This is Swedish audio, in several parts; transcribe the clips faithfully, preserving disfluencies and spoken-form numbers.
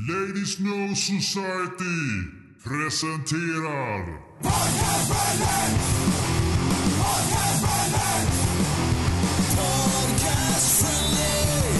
Ladies No Society presenterar Podcastvärlden! Podcastvärlden! Podcastfriendly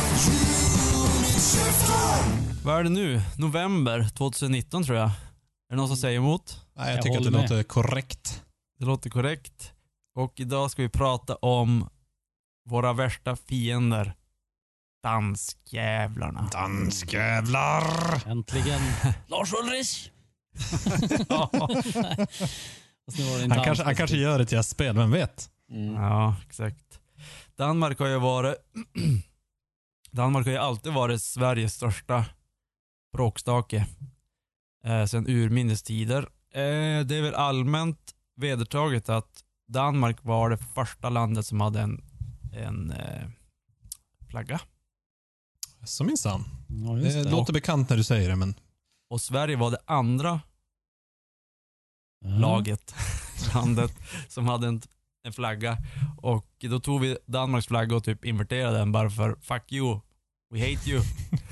Unicef. Vad är det nu? November tjugonitton tror jag. Är det någon som säger emot? Nej, jag, Jag tycker att det håller låter korrekt. Det låter korrekt. Och idag ska vi prata om våra värsta fiender. Danskjävlarna. Danskjävlar! Äntligen. Lars Ulrich. Ja. Fast nu var det en Han dans- kanske, han kanske gör ett gästspel, vem vet? Mm. Ja, exakt. Danmark har ju varit Danmark har ju alltid varit Sveriges största bråkstake eh, sedan urminnes tider. Eh, det är väl allmänt vedertaget att Danmark var det första landet som hade en, en eh, flagga. Så minsann. Ja, just Det det. låter bekant när du säger det, men... Och Sverige var det andra Ja. laget, landet som hade en, en flagga. Och då tog vi Danmarks flagga och typ inverterade den bara för fuck you, we hate you.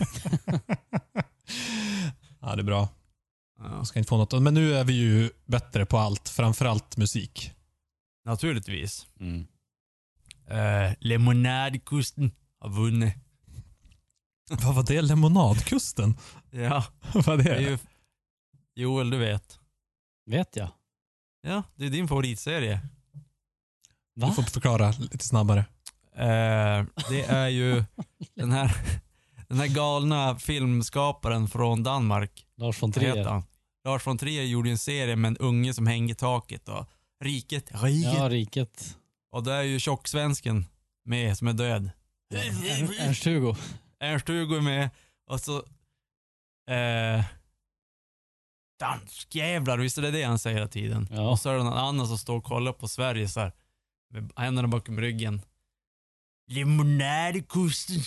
Ja, det är bra. Ja, Jag ska inte få något. Men nu är vi ju bättre på allt, framförallt musik. naturligtvis. Mm. Uh, Lemonadkusten har vunnit. Vad var det? Lemonadkusten? Ja, Vad är det det? är ju... Joel, du vet. Vet jag. Ja, det är din favoritserie. Du Va? får förklara lite snabbare. Uh, det är ju den här, den här galna filmskaparen från Danmark. Lars von Vad heter Trier. han? Lars von Trier gjorde ju en serie med en unge som hänger i taket och riket, riket. Ja, riket. Och det är ju tjocksvensken med som är död. Ern- Ernst-Hugo. Ernst-Hugo är med och så eh, danskjävlar, visst är det det han säger hela tiden? Ja. Och så är det någon annan som står och kollar på Sverige så här med händerna bakom ryggen. Lemonadkusten.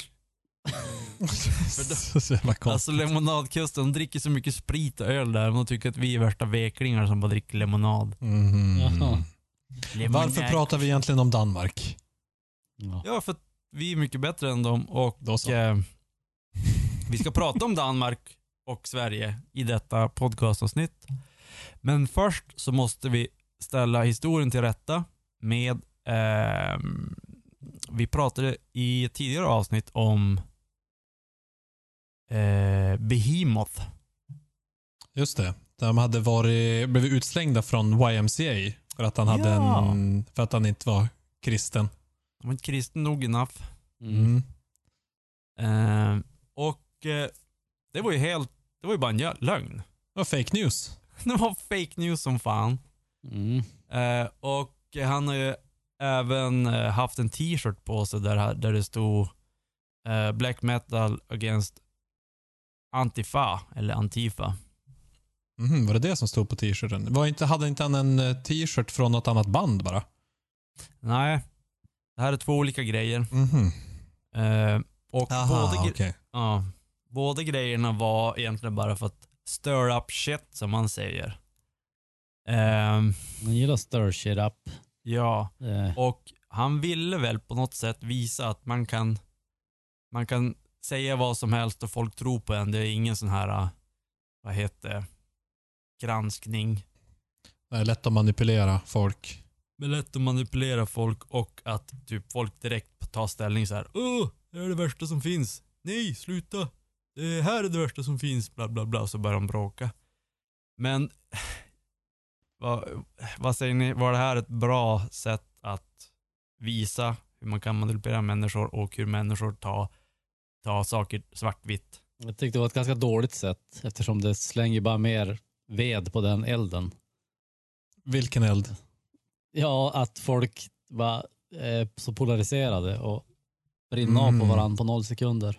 Så jävla konstigt. Alltså lemonadkusten, de dricker så mycket sprit och öl där, men de tycker att vi är värsta veklingar som bara dricker lemonad. Mhm. Jaha. Varför pratar vi egentligen om Danmark? Ja. Ja, för att vi är mycket bättre än dem och Då så. eh, vi ska prata om Danmark och Sverige i detta podcastavsnitt. Men först så måste vi ställa historien till rätta med eh, vi pratade i ett tidigare avsnitt om eh, Behemoth. Just det. De hade varit, blivit utslängda från Y M C A för att han hade Ja. en, för att han inte var kristen. De var inte kristen nog enough. Mm. Eh, och eh, det var ju helt, det var ju bara en jö- lögn. Det var fake news. Det var fake news som fan. Mm. Eh, och han har ju även eh, haft en t-shirt på sig där, där det stod eh, Black Metal Against Antifa, eller Antifa. Mhm, var det det som stod på t-shirten? Var inte, hade inte han en eh, t-shirt från något annat band bara? Nej, det här är två olika grejer. Mhm. Eh, och Aha, båda, gre- okej. ja, båda grejerna var egentligen bara för att stir up shit, som man säger. Ehm, Man gillar stir shit up. ja. Eh, Och han ville väl på något sätt visa att man kan man kan säga vad som helst och folk tror på en. Det är ingen sån här, uh, vad heter det, granskning. Det är lätt att manipulera folk. Det är lätt att manipulera folk och att typ folk direkt tar ställning så här. Åh, det är det värsta som finns. Nej, sluta. Det här är det värsta som finns. Bla bla bla. Och så börjar de bråka. Men vad, vad säger ni? Var det här ett bra sätt att visa hur man kan manipulera människor och hur människor tar, tar saker svartvitt? jag tyckte det var ett ganska dåligt sätt eftersom det slänger bara mer ved på den elden. Vilken eld? Ja, att folk var eh, så polariserade och brinner av Mm. på varandra på noll sekunder.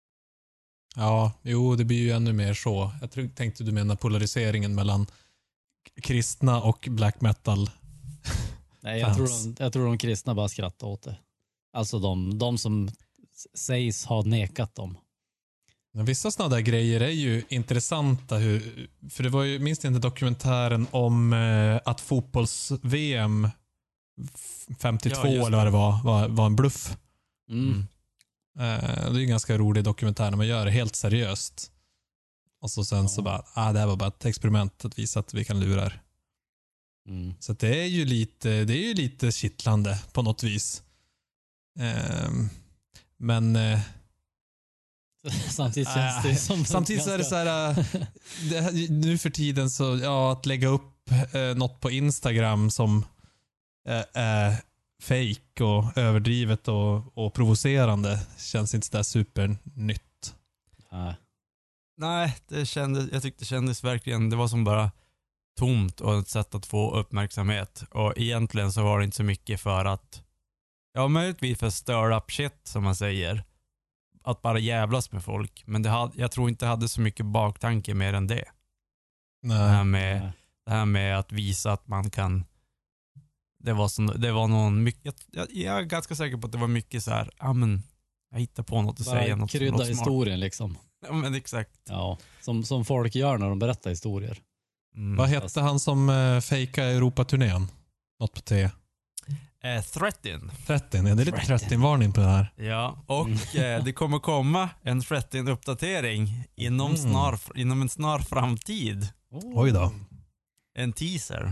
Ja, jo, det blir ju ännu mer så. Jag tror, tänkte du menar polariseringen mellan kristna och black metal. Nej, jag tror, Fans. de, jag tror de kristna bara skrattar åt det. Alltså de, de som s- sägs ha nekat dem. Men vissa sådana där grejer är ju intressanta. Hur, för det var ju, minst inte dokumentären om eh, att fotbolls-V M femtiotvå Ja, just det. eller vad det var, var, var en bluff. Mm. Mm. Eh, det är ju en ganska rolig dokumentär när man gör det helt seriöst. Och så sen så bara, ah, det här var bara ett experiment att visa att vi kan lura er. Mm. Så att det är ju lite, det är ju lite kittlande på något vis. Ehm, men eh, Samtidigt känns det som... samtidigt så är det så här, äh, det här, nu för tiden så, ja, att lägga upp eh, något på Instagram som eh, är fake och överdrivet och, och provocerande känns inte så där supernytt. Nej. Nej, det kändes, jag tyckte det kändes verkligen, det var som bara tomt och ett sätt att få uppmärksamhet. Och egentligen så var det inte så mycket för att, ja, möjligtvis för stir up shit som man säger. Att bara jävlas med folk. Men det hade, jag tror inte det hade så mycket baktanke mer än det. Nej. Det här med, Nej. det här med att visa att man kan, det var, så, det var någon mycket, jag, jag är ganska säker på att det var mycket så här, ja men, jag hittar på något att säga. Bara Något, krydda något smart. historien liksom. Ja men exakt. Ja, som, som folk gör när de berättar historier. Mm. Vad hette han som eh, fejkade Europaturnén? Något på T. Eh, threaten. trettio, ja, det är lite Threaten. trettio-varning på det här. Ja, och eh, det kommer komma en threaten-uppdatering inom, Mm. snar, inom en snar framtid. Oj då. En teaser.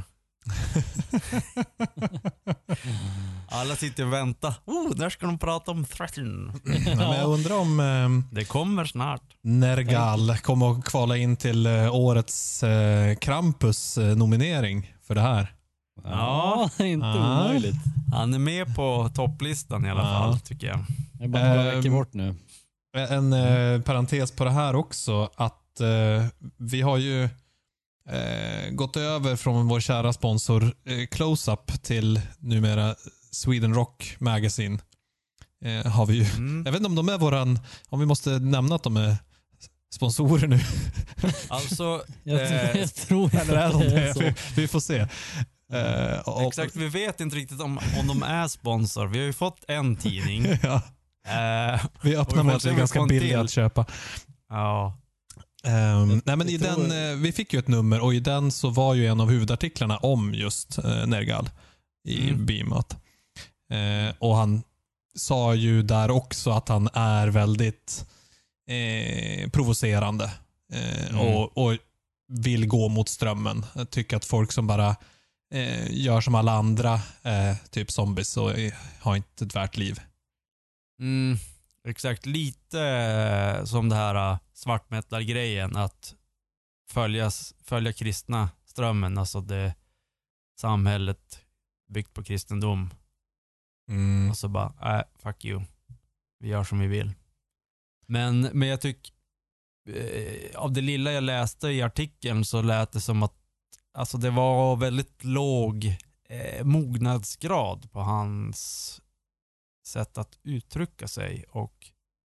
Alla sitter och väntar. Oh, där ska de prata om threaten. Ja, men jag undrar om eh, Det kommer snart. Nergal kommer att kvala in till eh, årets eh, Krampus-nominering för det här. Ja, inte Ah. omöjligt. Han är med på topplistan i alla Ja. fall, tycker jag. Det är bara några Ehm, veckor bort nu. En eh, parentes på det här också, att eh, vi har ju eh, gått över från vår kära sponsor eh, Close-Up till numera Sweden Rock Magazine. Eh, har vi ju. Mm. Jag vet inte om de är våran, om vi måste nämna att de är sponsorer nu. Alltså, Jag, eh, jag tror Eller är de det är det? så. Vi, vi får se. Eh, och, exakt, vi vet inte riktigt om, om de är sponsor. Vi har ju fått en tidning. Ja, Eh, vi Och öppnar vi med får att se det är om vi ganska får en billiga till. att köpa. ja. Um, nej men i jag den, tror- eh, vi fick ju ett nummer och i den så var ju en av huvudartiklarna om just eh, Nergal i Mm. Beamat. Eh, och han sa ju där också att han är väldigt eh, provocerande eh, Mm. och, och vill gå mot strömmen. Jag tycker att folk som bara eh, gör som alla andra, eh, typ zombies, och eh, har inte ett värt liv. Mm, exakt, lite eh, som det här uh, svartmetal-grejen, att följas, följa kristna strömmen, alltså det samhället byggt på kristendom. Mm. Och så bara, äh, fuck you. Vi gör som vi vill. Men, men jag tycker, eh, av det lilla jag läste i artikeln så lät det som att alltså det var väldigt låg eh, mognadsgrad på hans sätt att uttrycka sig och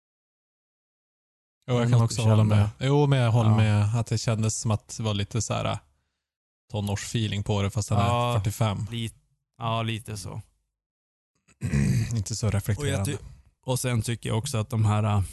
Jo, jag Något kan du också hålla kände? med. Jo, men jag håller Ja. med att det kändes som att det var lite så här tonårsfeeling på det, fast han Ja. är fyrtiofem. lite, ja lite så. Inte så Och, jag reflekterande. ty- och sen tycker jag också att de här äh,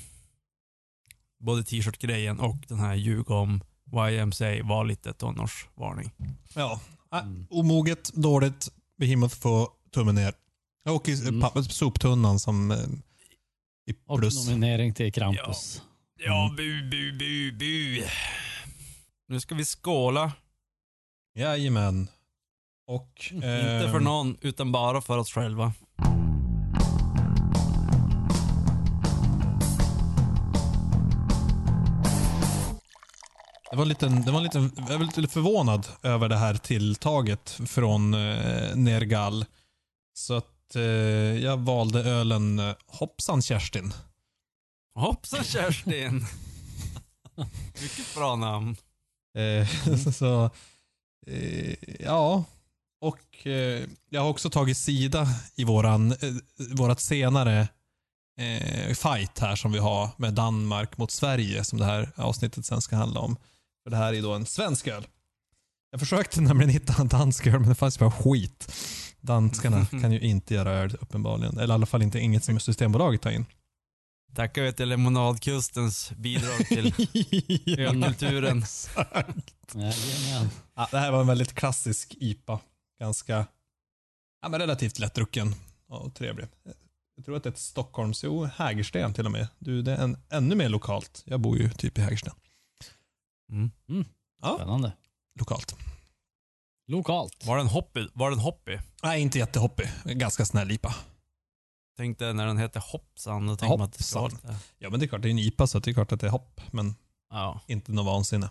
både t-shirt-grejen och den här ljug om Y M C A var lite tonårsvarning. Ja. Äh, Mm. omoget, dåligt. Behemoth får tummen ner. Och i Mm. mm. soptunnan som eh, i Och plus. nominering till Krampus. Ja, Mm. bu, bu, bu, bu. Nu ska vi skåla. Jajamän. Och... Inte ehm, för någon, utan bara för oss själva. Det var en liten, det var en liten, jag var lite förvånad över det här tilltaget från eh, Nergal. Så att eh, jag valde ölen eh, Hoppsan Kerstin. Hoppsan Kerstin. Mycket bra namn. Eh, så, eh, ja. Och eh, jag har också tagit sida i våran, eh, vårat senare eh, fight här som vi har med Danmark mot Sverige, som det här avsnittet sen ska handla om. För det här är då en svensk öl. Jag försökte nämligen hitta en dansk öl, men det fanns bara skit. Danskarna kan ju inte göra öl uppenbarligen. Eller i alla fall inte inget som Systembolaget tar in. Tackar vi till Lemonadkustens bidrag till ölkulturen. Jajamän. Ja, det här var en väldigt klassisk I P A. Ganska, ja, men relativt lättdrucken och trevlig. Jag tror att det är ett Stockholms, jo, Hägersten till och med. Du, det är en, ännu mer lokalt. Jag bor ju typ i Hägersten. Mm. Mm. Ja. Spännande. Lokalt. Lokalt. Var den hoppy? Var den hoppy? Nej, inte jättehoppig. Ganska snäll I P A. Tänkte när den heter Hoppsan, då tänkte man att det ska vara Hoppsan. lite... Ja, men det är klart, det är en I P A så det är klart att det är hopp. Men Ja. inte något vansinne.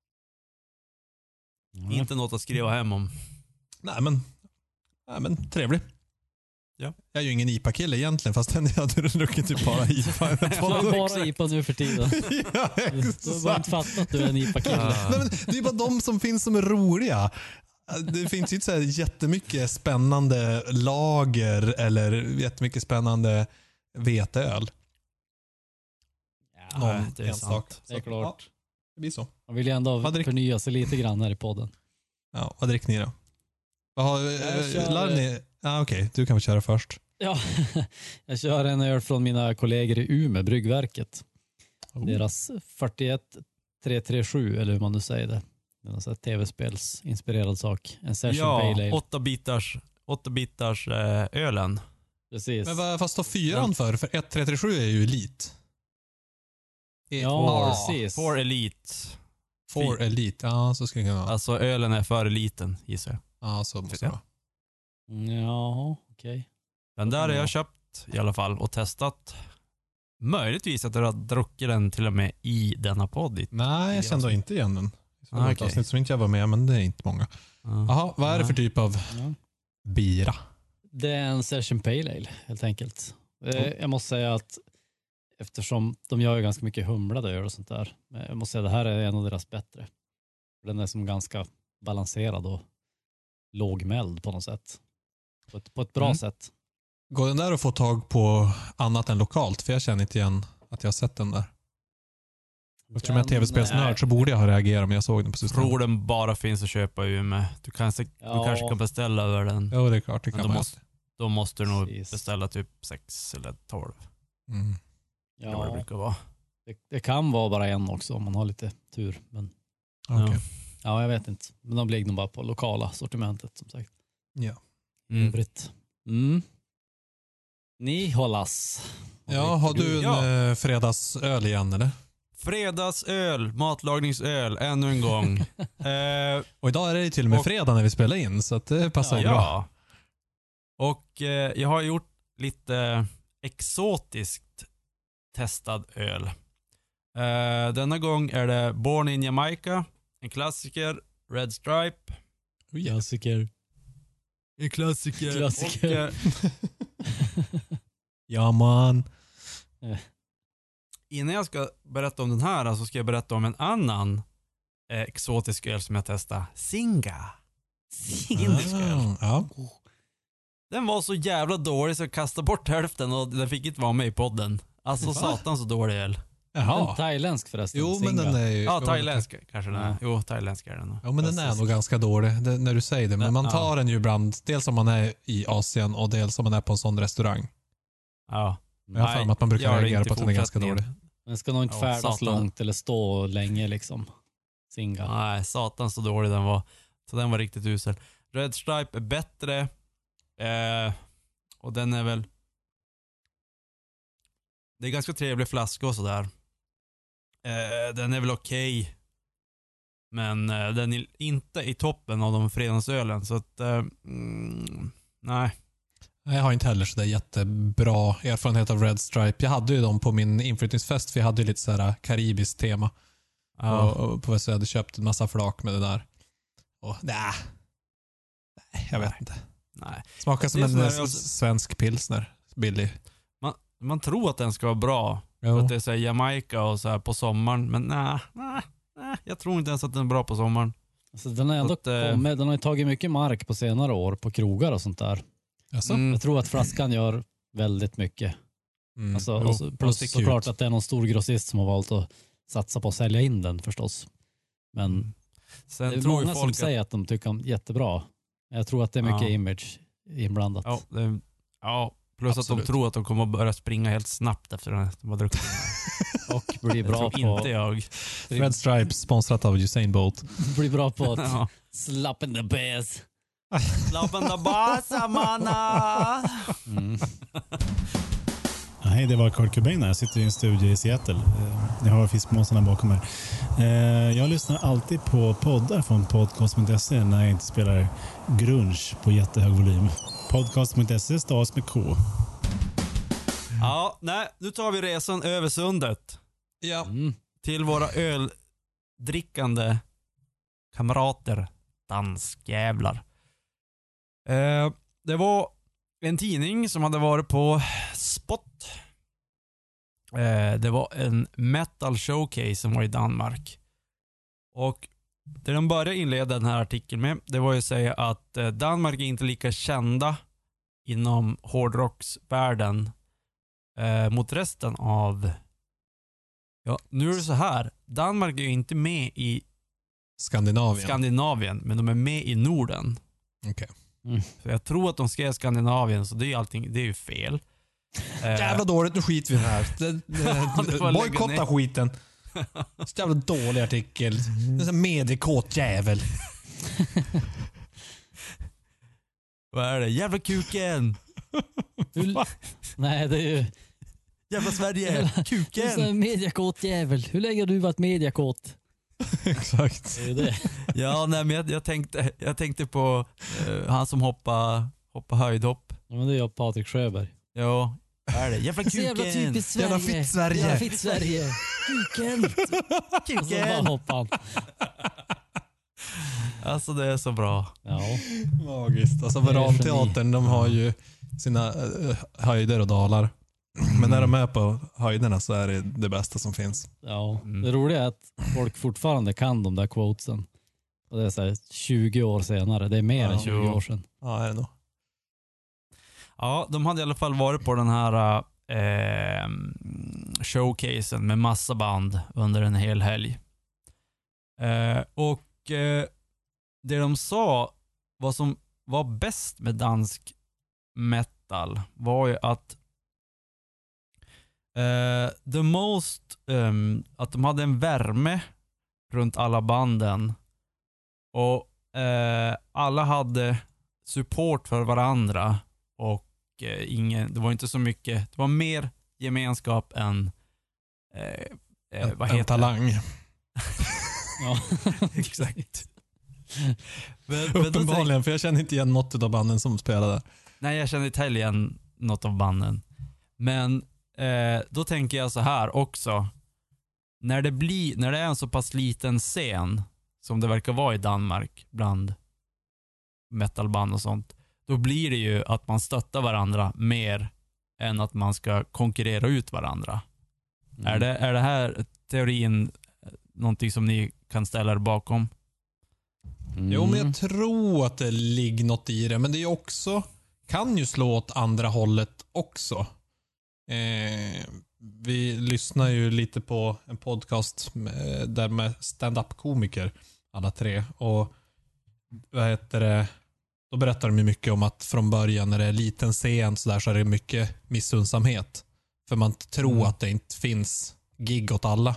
Mm. Inte något att skriva hem om. Nej, men, nej, men trevlig. Ja. Jag är ju ingen I P A-kille egentligen, fast jag hade druckit typ bara I P A. Jag är bara I P A nu för tiden. Ja, Du har bara exakt. inte fattat att du är en I P A-kille. Ah. Nej, men det är bara de som finns som är roliga. Det finns ju inte så här jättemycket spännande lager eller jättemycket spännande veteöl. Ja, Någon Nej, det är enstaka. sant. det är Så, klart. Ja, det blir så. Man vill ju ändå Vad drick- förnya sig lite grann här i podden. Ja, vad dricker ni då? Vad har, Jag eh, kör- Larni? Ja, okej, du kan få köra först. Ja, jag kör en öl från mina kollegor i Umeå, Bryggverket. Oh. Deras fyrtioett tre tre sju, eller hur man nu säger det. Det är en sån här tv-spelsinspirerad sak. En session pale ale. Ja, åtta bitars, åtta bitars eh, ölen. Precis. Men vad, vad står fyran för? För ett tre tre sju är ju elit. Ja, Four- precis. Four Elite. Four Elite, ja så ska det kunna vara. Alltså ölen är för eliten, gissar jag. Ja, så måste det vara. Ja, okej. Den där har Ja. jag köpt i alla fall och testat. Möjligtvis att jag har druckit den till och med i denna podd. Nej, jag kände inte igen den. Det var Ah, ett okej. avsnitt som inte jag var med, men det är inte många. Ja. Jaha, vad är det för typ av Ja. bira? Det är en session pale ale, helt enkelt. Eh, Jag måste säga att eftersom de gör ju ganska mycket humlade öl och sånt där. Men jag måste säga att det här är en av deras bättre. Den är som ganska balanserad och lågmäld på något sätt. På ett, på ett bra Mm. sätt. Går den där att få tag på annat än lokalt? För jag känner inte igen att jag har sett den där. Eftersom jag är Den- tv-spelsnörd så borde jag ha reagerat om jag såg den på Jag systemet. tror den bara finns att köpa i Umeå. Du kanske, Ja. du kanske kan beställa över den. Jo, det är klart. Det Men kan då man måste, då måste du nog Precis. beställa typ sex eller tolv. mm. Det är vad det Ja, brukar vara. det, det kan vara bara en också om man har lite tur. Men Okej. ja, jag vet inte. Men de ligger nog bara på lokala sortimentet som sagt. Ja. Mm. Övrigt. Mm. Ni hållas. Vad Ja, har dricker du en Ja. eh, fredagsöl igen eller? Fredagsöl, matlagningsöl, ännu en gång. eh, Och idag är det ju till och med Och- fredag när vi spelar in, så att det passar ju bra. ja. Och eh, jag har gjort lite exotiskt testad öl. Eh, denna gång är det Born in Jamaica, en klassiker, Red Stripe. Klassiker. En klassiker. Klassiker. Och, eh, Ja, man. innan jag ska berätta om den här så ska jag berätta om en annan eh, exotisk öl som jag testade. Singa. Indisk öl. Ah, ja. Den var så jävla dålig så jag kastade bort hälften och den fick inte vara med i podden. Alltså Va? satan så dålig öl. En Jaha. thailändsk förresten. Jo, men Singa. den är ju... Ja, jo, thailändsk kanske den är. Ja. Jo, thailändsk är den nog. Ja, men den är nog ganska dålig det, när du säger det. Men Den- man ja. tar den ju ibland, dels om man är i Asien och dels om man är på en sån restaurang. Ja. Jag har för mig att man brukar gör det reagera inte på att den är ganska fortsättningen. dålig. Den ska nog inte Ja, färdas satan. långt eller stå länge liksom. Singa. Nej, satan så dålig den var. Så den var riktigt usel. Red Stripe är bättre. Eh, och den är väl... Det är ganska trevlig flaska och sådär. Eh, den är väl okej. Men eh, den är inte i toppen av de fredagsölen. Så att... Eh, mm, nej. Jag har inte heller så där jättebra erfarenhet av Red Stripe. Jag hade ju dem på min inflyttningsfest för jag hade ju lite så här karibiskt tema. Ja. Och, och på så jag hade köpt en massa flak med det där. Och nej. Nej, jag vet Nej. inte. Nej. Smakar som Det är en sån eh, där- s- svensk pilsner. Billig. Man tror att den ska vara bra. För Jo. att det är så här Jamaica och så här på sommaren. Men nej, nej, nej. Jag tror inte ens att den är bra på sommaren. Alltså, den, har ändå Att, eh, kommit, den har ju tagit mycket mark på senare år på krogar och sånt där. Alltså? Mm. Jag tror att flaskan gör väldigt mycket. Mm. Alltså, Jo, och så, den plus sticker såklart ut. att det är någon stor grossist som har valt att satsa på att sälja in den förstås. Men Sen det är tror ju många som folk att... säger att de tycker om jättebra. Jag tror att det är mycket Ja. image inblandat. Ja, det, ja, plus Absolut. att de tror att de kommer att börja springa helt snabbt efter att de har druckit den. Och blir Det bra tror på, inte jag. Red Stripe sponsrat av Usain Bolt. blir bra på att Ja. slap in the bass. Lappen da basa, manna! Mm. Hej, det var Kurt Cobain här. Jag sitter i en studio i Seattle. Eh, Jag har fiskmåsarna bakom mig. Eh, Jag lyssnar alltid på poddar från podcast punkt se när jag inte spelar grunge på jättehög volym. podcast punkt se stavas med K. Ja, nej, nu tar vi resan över sundet Ja. Mm. till våra öldrickande kamrater, danskjävlar. Eh, det var en tidning som hade varit på Spot. Eh, det var en metal showcase som var i Danmark. Och det de började inleda den här artikeln med, det var ju att säga att eh, Danmark är inte lika kända inom hårdrocksvärlden eh, mot resten av... Ja, nu är det så här. Danmark är ju inte med i Skandinavien. Skandinavien, men de är med i Norden. Okej. Mm. Så jag tror att de skrev Skandinavien, så det är allting, det är ju fel. Eh, Jävla dåligt, nu skiter vi i den här. Det- Ja, det det- var lägga Bojkotta ner. skiten. Så jävla dålig artikel. Det är en sån mediekåt jävel. Vad är det? Jävla kuken! Hur, nej, det är ju... Jävla Sverige! Du är så Kuken! en mediakåt jävel. Hur länge har du varit mediakåt? Exakt. Det är ju det. Ja, nej, men jag, jag, tänkte, jag tänkte på eh, han som hoppar hoppa höjdhopp. Ja, men det är jag, Patrik Sjöberg. Ja, vad är det? Jävla Så kuken! jävla typiskt Sverige. Jävla fitt Sverige. Jävla fitt Sverige. Kuken. Och så bara Kuken! hoppar han. Alltså det är så bra. Ja. Magiskt. Alltså Det är Varanteatern, de har ju sina eh, höjder och dalar. Men när de är på höjderna så är det det bästa som finns. Ja. Mm. Det roliga är att folk fortfarande kan de där quotesen. Och det är så här tjugo år senare. Det är mer Ja. än tjugo år sedan. Ja, är det nog. Ja, de hade i alla fall varit på den här eh, showcasen med massa band under en hel helg. Eh, och eh, det de sa, vad som var bäst med dansk metal var ju att eh, the most, um, att de hade en värme runt alla banden och eh, alla hade support för varandra och eh, ingen, det var inte så mycket, det var mer gemenskap än eh, eh, En, vad en heter talang. Ja. Exakt. Men, men då Uppenbarligen, för jag känner inte igen något av banden som spelade. Nej, jag känner inte heller igen något av banden. Men eh, då tänker jag så här också. När det, blir, när det är en så pass liten scen som det verkar vara i Danmark bland metalband och sånt, då blir det ju att man stöttar varandra mer än att man ska konkurrera ut varandra. Mm. Är, det, är det här teorin någonting som ni kan ställa er bakom? Mm. Jo, men jag tror att det ligger något i det. Men det är också, kan ju slå åt andra hållet också. Eh, vi lyssnar ju lite på en podcast med, där med stand-up-komiker, alla tre. Och vad heter det? Då berättar de ju mycket om att från början när det är liten scen så, där, så är det mycket missundsamhet. För man tror Mm. att det inte finns gig åt alla.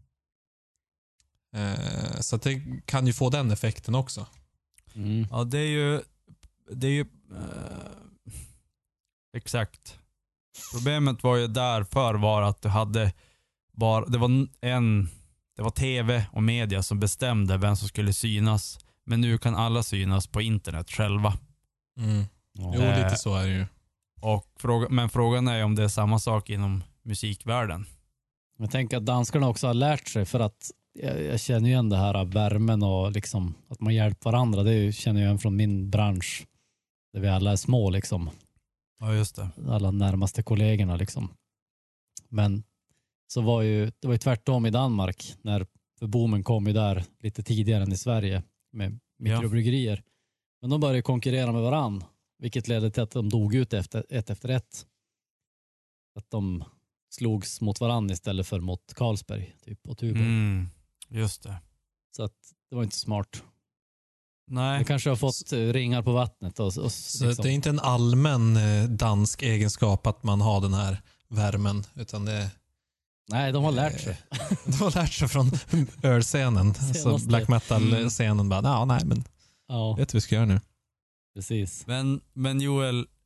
Eh, så att det kan ju få den effekten också. Mm. Ja, det är ju det är ju eh, exakt. Problemet var ju därför var att du hade bara, det var en det var tv och media som bestämde vem som skulle synas, men nu kan alla synas på internet själva. Mm. Ja. Jo, Eh, lite så är det ju. Och fråga, men frågan är om det är samma sak inom musikvärlden. Jag tänker att danskarna också har lärt sig, för att jag, jag känner ju igen det här värmen och liksom att man hjälper varandra. Det är ju, känner jag igen från min bransch där vi alla är små liksom. Ja, just det. Alla närmaste kollegorna liksom. Men så var ju, det var ju tvärtom i Danmark när för boomen kom ju där lite tidigare än i Sverige med mikrobryggerier. Men de började konkurrera med varann, vilket ledde till att de dog ut efter, ett efter ett. Att de slogs mot varann istället för mot Carlsberg typ, och Tuborg. Mm, just det. Så att det var inte smart. Nej. Det kanske har fått eh, ringar på vattnet. Och, och, Så liksom. det är inte en allmän eh, dansk egenskap att man har den här värmen, utan det Nej, de har lärt sig. de har lärt sig från ölscenen. Så Senaste. black metal-scenen bara, ja nej men Ja, vet du vad vi ska göra nu? precis. Men, men Joel,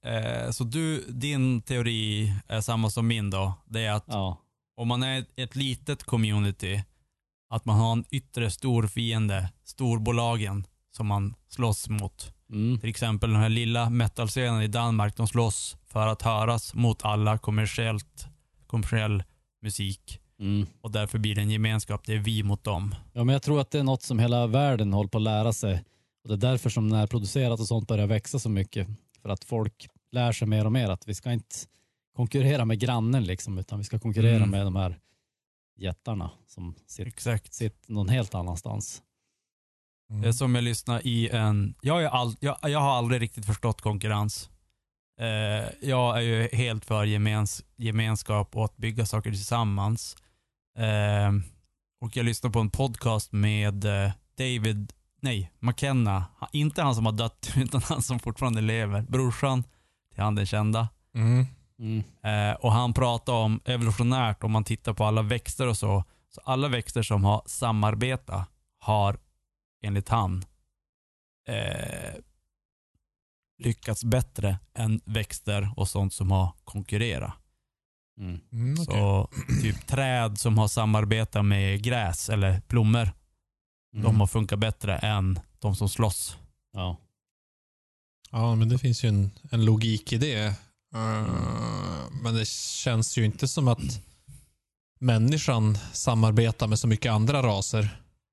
Eh, så du, din teori är samma som min då. Det är att Ja. om man är ett, ett litet community, att man har en yttre stor fiende, storbolagen som man slåss mot. Mm. Till exempel den här lilla metalscenen i Danmark, de slåss för att höras mot alla kommersiellt, kommersiell musik. Mm. Och därför blir det en gemenskap, det är vi mot dem. Ja, men jag tror att det är något som hela världen håller på att lära sig. Och det är därför som när producerat och sånt börjar växa så mycket. För att folk lär sig mer och mer att vi ska inte konkurrera med grannen liksom, utan vi ska konkurrera Mm. med de här jättarna som sitter, Exakt. sitter någon helt annanstans. Det är som jag lyssnar i en... Jag, är all, jag, jag har aldrig riktigt förstått konkurrens. Eh, jag är ju helt för gemens, gemenskap och att bygga saker tillsammans. Eh, och jag lyssnar på en podcast med eh, David, nej, McKenna. Han, inte han som har dött, utan han som fortfarande lever. Brorsan till han den kända. Mm. Mm. Eh, och han pratar om evolutionärt, om man tittar på alla växter och så. Så alla växter som har samarbeta har, enligt han, eh, lyckats bättre än växter och sånt som har konkurrerat. Mm. Mm, okej. Så typ träd som har samarbetat med gräs eller blommor, Mm. de har funkat bättre än de som slåss. Ja. Ja, men det finns ju en, en logik i det. Uh, men det känns ju inte som att människan samarbetar med så mycket andra raser.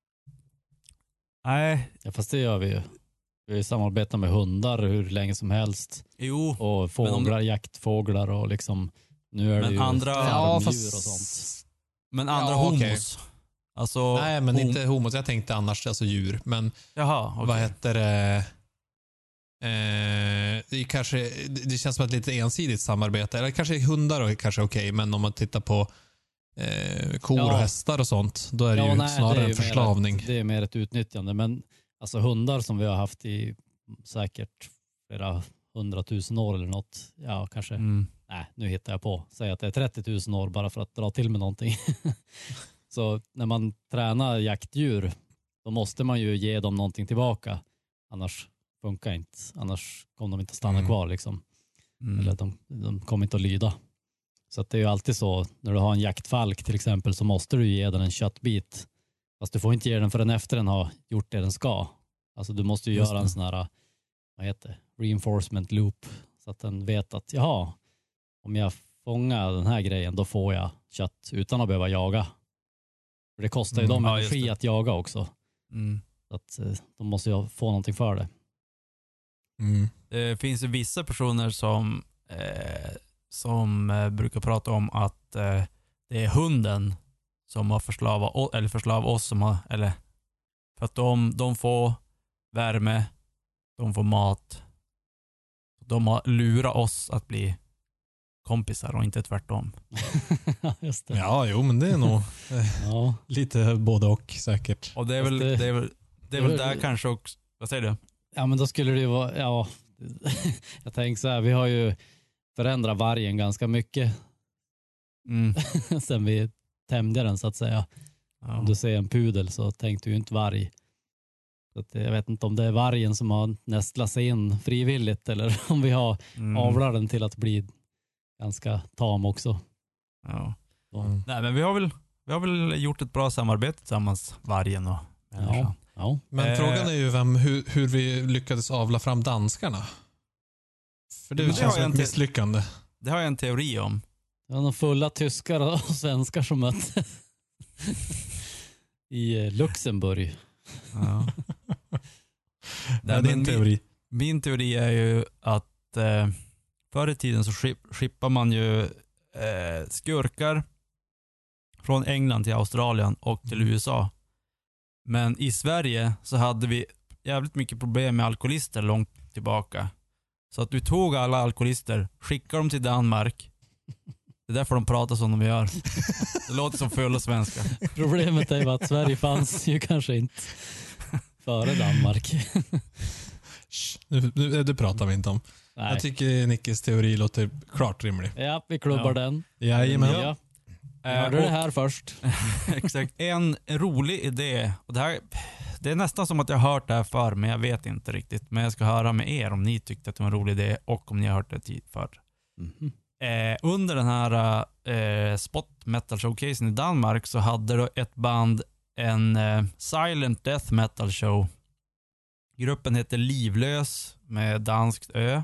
Nej, ja, fast det gör vi ju. Vi samarbetar med hundar hur länge som helst. jo. Och fåglar, jaktfåglar och liksom, nu är Men det ju andra- farmdjur fast- och sånt. Men andra Ja, okej. homos. Alltså, Nej, men hom- inte homos. Jag tänkte annars alltså djur. Men Jaha, okej. vad heter det? Eh, det, är kanske, det det känns som ett lite ensidigt samarbete. Eller kanske hundar är kanske okej, men om man tittar på eh, kor Ja. och hästar och sånt, då är det Ja, ju nej, snarare det är en ju mer förslavning. ett- Det är mer ett utnyttjande. Men alltså hundar som vi har haft i säkert flera hundratusen år eller något. Ja, kanske. Mm. Nej, nu hittar jag på. Säg att det är trettio tusen år bara för att dra till med någonting. Så när man tränar jaktdjur, då måste man ju ge dem någonting tillbaka. Annars funkar inte. Annars kommer de inte stanna Mm. kvar liksom. Mm. Eller de, de kommer inte att lyda. Så att det är ju alltid så, när du har en jaktfalk till exempel, så måste du ge den en köttbit. Fast du får inte ge den förrän efter den har gjort det den ska. Alltså du måste ju Just göra det. en sån här, vad heter det? Reinforcement loop. Så att den vet att, jaha, om jag fångar den här grejen, då får jag kött utan att behöva jaga. För det kostar ju Mm, dem ja, just energi det. att jaga också. Mm. Så att eh, de måste ju få någonting för det. Mm. Det finns ju vissa personer som eh, som eh, brukar prata om att eh, det är hunden som har förslavat o- eller förslavat oss som har, eller för att de, de får värme, de får mat. De har lurat oss att bli kompisar och inte tvärtom. Just det. Ja, jo, men det är nog Ja. lite både och säkert. Och det är Fast väl, det- det är väl, det är väl där kanske också, vad säger du? Ja, men då skulle det ju vara, ja, jag tänker så här, vi har ju förändrat vargen ganska mycket Mm. sen vi tämjde den så att säga. Ja. Om du ser en pudel så tänkte du ju inte varg. Så att jag vet inte om det är vargen som har nästlat sig in frivilligt eller om vi har Mm. avlat den till att bli ganska tam också. Ja. Så, Mm. Nej, men vi har väl vi har väl gjort ett bra samarbete tillsammans, vargen och människan. ja, ja. Men Eh. frågan är ju vem, hur, hur vi lyckades avla fram danskarna. För det Men det känns har som jag ett inte- misslyckande. Det har jag en teori om. Det var några fulla tyskar och svenskar som mötte i eh, Luxemburg. Ja. Det är men din min- teori. Min teori är ju att eh, förr i tiden så skip, skippar man ju eh, skurkar från England till Australien och till U S A. Men i Sverige så hade vi jävligt mycket problem med alkoholister långt tillbaka. Så att du tog alla alkoholister, skickade dem till Danmark. Det är därför de pratar som de gör. Det låter som fulla svenska. Problemet är ju att Sverige fanns ju kanske inte före Danmark. Shh, nu, nu, det pratar vi inte om. Nej. Jag tycker Nickes teori låter klart rimlig. Ja, vi klubbar Ja. den. Jajamän. Ja. Eh, Hörde du det och- här först? Exakt. En rolig idé, och det här, det är nästan som att jag har hört det här förr, men jag vet inte riktigt. Men jag ska höra med er om ni tyckte att det var en rolig idé och om ni har hört det tid förr. Mhm. Eh, under den här eh, Spot Metal Showcasen i Danmark så hade då ett band en eh, Silent Death Metal Show. Gruppen heter Livlös med danskt ö.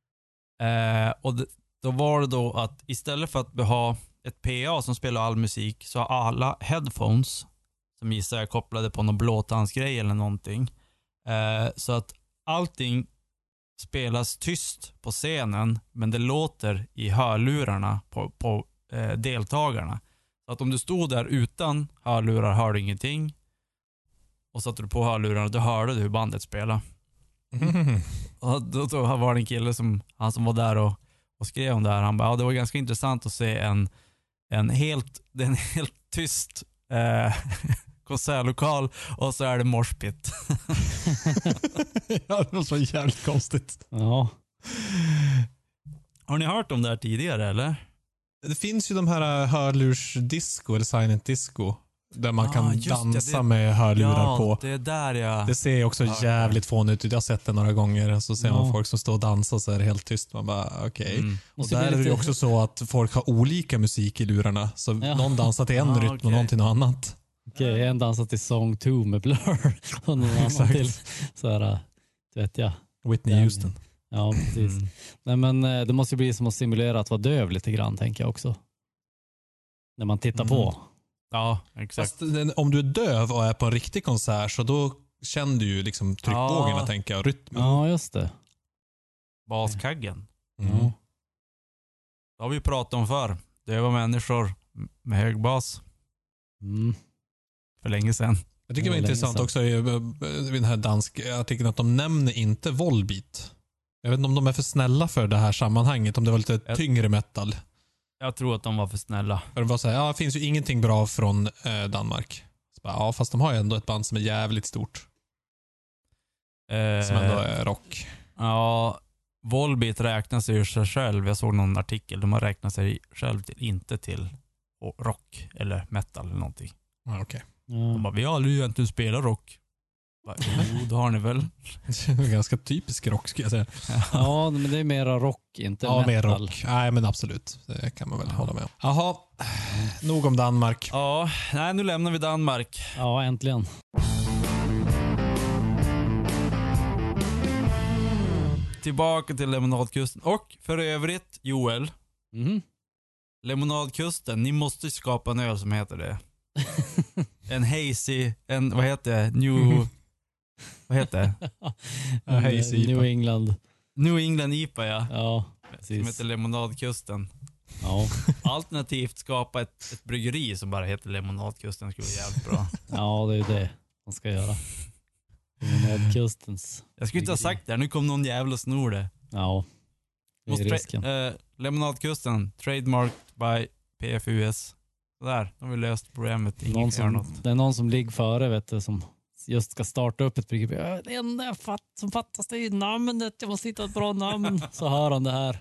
Eh, och d- då var det då att istället för att ha ett P A som spelar all musik så har alla headphones, som gissar jag kopplade på någon blåtandsgrej eller någonting. Eh, så att allting spelas tyst på scenen, men det låter i hörlurarna på, på eh, deltagarna. Så att om du stod där utan hörlurar hörde du ingenting. Och satte du på hörlurarna, då hörde du hur bandet spelade. Mm. Och då, då var det en kille som, han som var där och, och skrev om det här. Han bara, ja, det var ganska intressant att se en, en helt, det är en helt tyst eh, konsertlokal och så är det morspit. Ja, det var så jävligt konstigt. Ja. Har ni hört om det här tidigare eller? Det finns ju de här hörlursdisco eller silent disco där man Ah, kan just det, dansa det- med hörlurar Ja, på. det är där jag... Det ser också Ja, jävligt fånigt ut. Jag har sett det några gånger. Så ser man Ja. folk som står och dansar så är det helt tyst. Man bara, okej. Mm. Och Måste där bli är det ju lite- också så att folk har olika musik i lurarna. Så Ja. någon dansar till en Ah, rytm okej. och någon till något annat. Okej, en dansar till Song två med Blur och någon annan Exakt. till så här, äh, vet jag. Whitney Den- Houston. Ja, precis. Mm. Nej, men eh, det måste ju bli som att simulera att vara döv lite grann, tänker jag också. När man tittar Mm. på. Ja, exakt. Fast den, om du är döv och är på en riktig konsert så då känner du ju liksom tryckvågorna Ja. tänker jag och rytmen. Ja, just det. Baskaggen. Mm. Ja. Det har vi pratat om förr. Döva människor med hög bas. Mm. För länge sedan. Jag tycker det Det var var intressant länge också i, i den här danska artikeln att de nämner inte Volbeat. Jag vet inte om de är för snälla för det här sammanhanget, om det var lite Jag- tyngre metal. Jag tror att de var för snälla. För det var så här, ja, det finns ju ingenting bra från eh, Danmark. Så bara, ja, fast de har ju ändå ett band som är jävligt stort. Eh, Som ändå är rock. Ja, Volbeat räknar sig ju sig själv. Jag såg någon artikel. De har räknat sig själv till, inte till rock eller metal eller någonting. Ja, okej. De Ja. bara, vi har aldrig egentligen spelat rock. Bara, jo, det har ni väl. Ganska typisk rock skulle jag säga. ja, men det är mera rock, inte Ja, metal. mer rock. Nej, men absolut. Det kan man väl Ja. hålla med om. Jaha, nog om Danmark. Ja, nej, nu lämnar vi Danmark. Ja, äntligen. Tillbaka till Lemonadkusten. Och för övrigt, Joel, Mhm. Lemonadkusten, ni måste skapa en öl som heter det. En hazy, en, vad heter det? New... Vad heter det? Ja, hazy I P A. New England. New England I P A, ja. Ja, Som precis. heter Lemonadkusten. Ja, Alternativt skapa ett, ett bryggeri som bara heter Lemonadkusten. skulle vara jävligt bra. ja, det är ju det man ska göra. Lemonadkustens. Jag skulle inte ha sagt det här, nu kom någon jävla och snor det. Ja, det är Måste risken. tra- eh, Lemonadkusten, trademarked by P F U S. Sådär, då har vi löst problemet. Ingen Någon kan göra som, något. det är någon som ligger före, vet du, som just ska starta upp ett bryggeri. "Ja, det enda jag fatt, som fattas det är ju namnet. Jag måste hitta ett bra namn. Så hör han det här.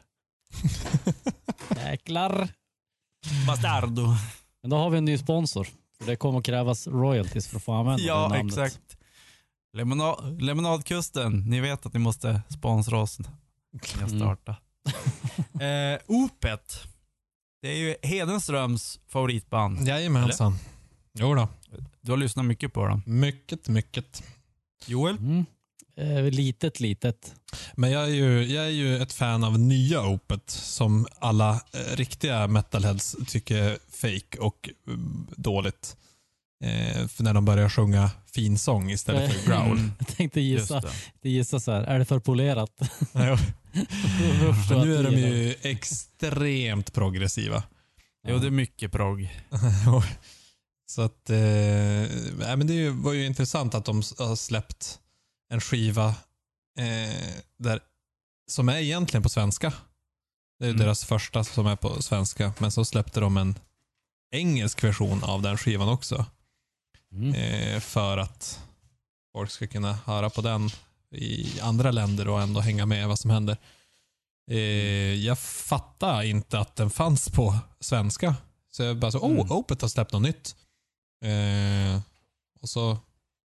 Jäklar. Bastardo. Men då har vi en ny sponsor. För det kommer att krävas royalties för att få använda det Ja, namnet. exakt. Lemonad, Lemonadkusten, ni vet att ni måste sponsra oss när jag Mm. startar. eh, Opet, det är ju Hedenströms favoritband. Jajamensan. Jo då. Du har lyssnat mycket på dem. Mycket, mycket. Joel? Mm. Eh, litet, litet. Men jag är, ju, jag är ju ett fan av nya Opet som alla eh, riktiga metalheads tycker är fake och eh, dåligt. Eh, för när de börjar sjunga fin sång istället för growl. Mm, Jag tänkte just gissa, det. gissa så här. Är det för polerat? För nu är de ju extremt progressiva. Jo, det är mycket progg. Så att, eh, nej, men det är ju- var ju intressant att de har släppt en skiva eh, där, som är egentligen på svenska. Det är ju Mm. deras första som är på svenska, men så släppte de en engelsk version av den skivan också. Mm. Eh, för att folk ska kunna höra på den i andra länder och ändå hänga med vad som händer. Eh, jag fattar inte att den fanns på svenska. Så jag bara så, Mm. oh, Opet har släppt något nytt. Eh, och så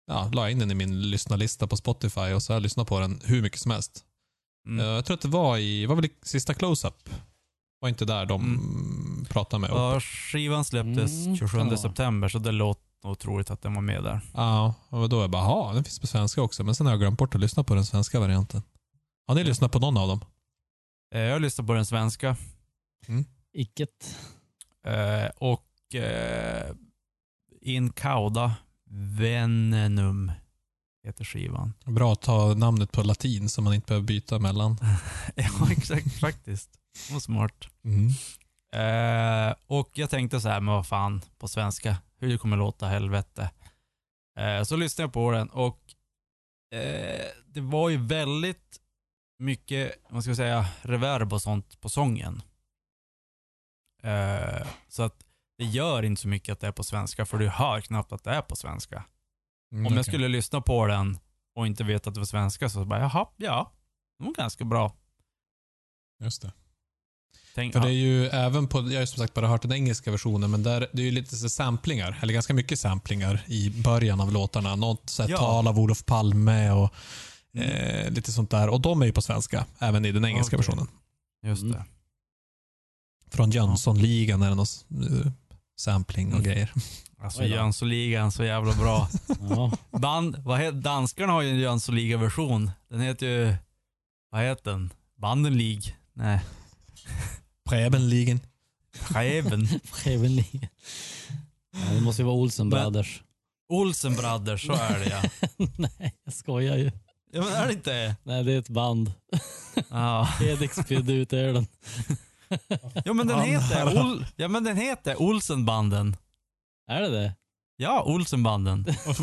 ja, la in den i min lyssnarlista på Spotify och så har jag lyssnat på den hur mycket som helst. Mm. Jag tror att det var i, var väl i sista close-up. Var inte där de Mm. pratade med. Ja, skivan släpptes Mm, tjugosjunde ja. september, så det låter nog troligt att den var med där. Ja, och då är jag bara, ja, den finns på svenska också. Men sen har jag glömt bort att lyssna på den svenska varianten. Har ni lyssnat på någon av dem? Eh, Jag lyssnade på den svenska. Icket. Eh, och eh, In Cauda Venenum heter skivan. Bra att ta namnet på latin så man inte behöver byta mellan. Ja, exakt, faktiskt. Det var smart. Mm. Eh, och jag tänkte så här, men vad fan, på svenska, hur det kommer låta, helvete. Eh, så lyssnade jag på den och eh, det var ju väldigt mycket, vad ska jag säga, reverb och sånt på sången. Eh, så att det gör inte så mycket att det är på svenska, för du hör knappt att det är på svenska. Mm, Om jag okej. skulle lyssna på den och inte veta att det var svenska, så bara, jaha, ja, det var ganska bra. Just det. Tänk, För det är ju även på, jag har ju som sagt bara hört den engelska versionen, men där, det är ju lite så samplingar, eller ganska mycket samplingar i början av låtarna. Något så här Ja. tal av Olof Palme och Mm. eh, lite sånt där. Och de är ju på svenska, även i den engelska Okej. versionen. Just Mm. det. Från Jönssonligan är det något uh, sampling och Mm. grejer. Alltså Oj då. Jönssonligan, så jävla bra. Ja. Band, vad heter, danskarna har ju en Jönssonliga-version. Den heter ju, vad heter den? Banden League? Nej, Prebenligen. Skäven. Skävenligen. Ja, det måste ju vara Olsen Men- Brothers. Olsen Brothers, så är det ja. Nej, jag skojar ju. Ja, men är det inte? Nej, det är ett band. Ja. Edik spydde ut ölen. Ja, men den heter, Ol, ja, men den heter Olsenbanden. Är det det? Ja, Olsenbanden.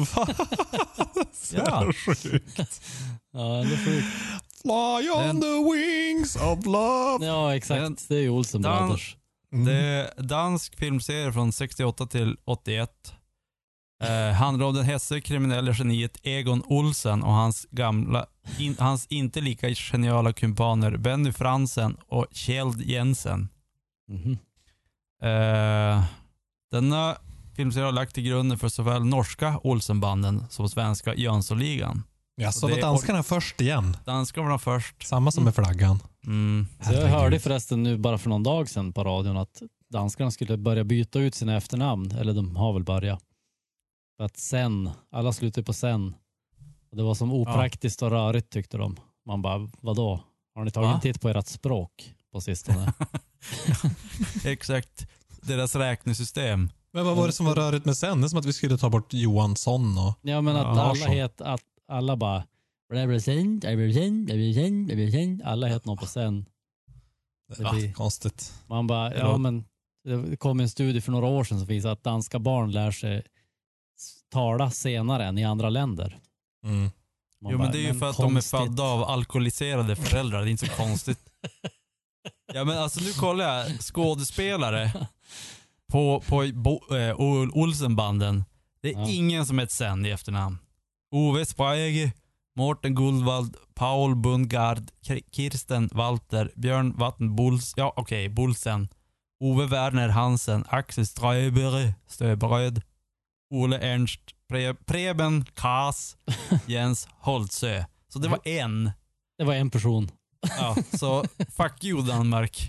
Ja. Ja, det är sjukt. Fly on Den- the wings of love. Ja, exakt. Den- Det är ju Olsen Dan- Brothers. Det är dansk filmserie från sextioåtta till åttioett. Eh, handlar om den hesse kriminella geniet Egon Olsen och hans gamla, in, hans inte lika geniala kumpaner Benny Fransen och Kjeld Jensen. Mhm. Eh, denna filmserie har lagt till grunden för såväl norska Olsenbanden som svenska Jönssonligan. Ja, så Det var är danskarna först igen. Danskarna var först. Samma som med flaggan. Mm. Så jag Herregud. hörde förresten nu bara för någon dag sedan på radion att danskarna skulle börja byta ut sina efternamn. Eller de har väl börjat. För att sen, alla slutar på sen. Och det var som opraktiskt och rörigt tyckte de. Man bara, vadå? Har ni tagit Va? en titt på ert språk på sistone? Exakt. Deras räknesystem. Men vad var det som var rörigt med sen? Det är som att vi skulle ta bort Johansson och... Ja, men att Ja, alla Larsson. het, att alla bara alla heter någon på sen. Det Ja, blir- konstigt. Man bara, Det ja låter- men det kom en studie för några år sedan som visar att danska barn lär sig s- tala senare än i andra länder. Mm. Man Jo, bara, men det är ju för att de är konstigt. födda av alkoholiserade föräldrar. Det är inte så konstigt. Ja, men alltså nu kollar jag skådespelare på, på bo, eh, Ol- Olsenbanden. Det är Ja. ingen som heter Sen i efternamn. Ove Sprague, Mårten Guldvald, Paul Bundgard, K- Kirsten Walter, Björn Vattenbols, ja okej, Bolsen, Ove Werner Hansen, Axel Ströberg, Stöberöd, Ole Ernst, Pre, Preben Kaas, Jens Holtsö. Så det var en. Det var en person. Ja, så fuck you Danmark.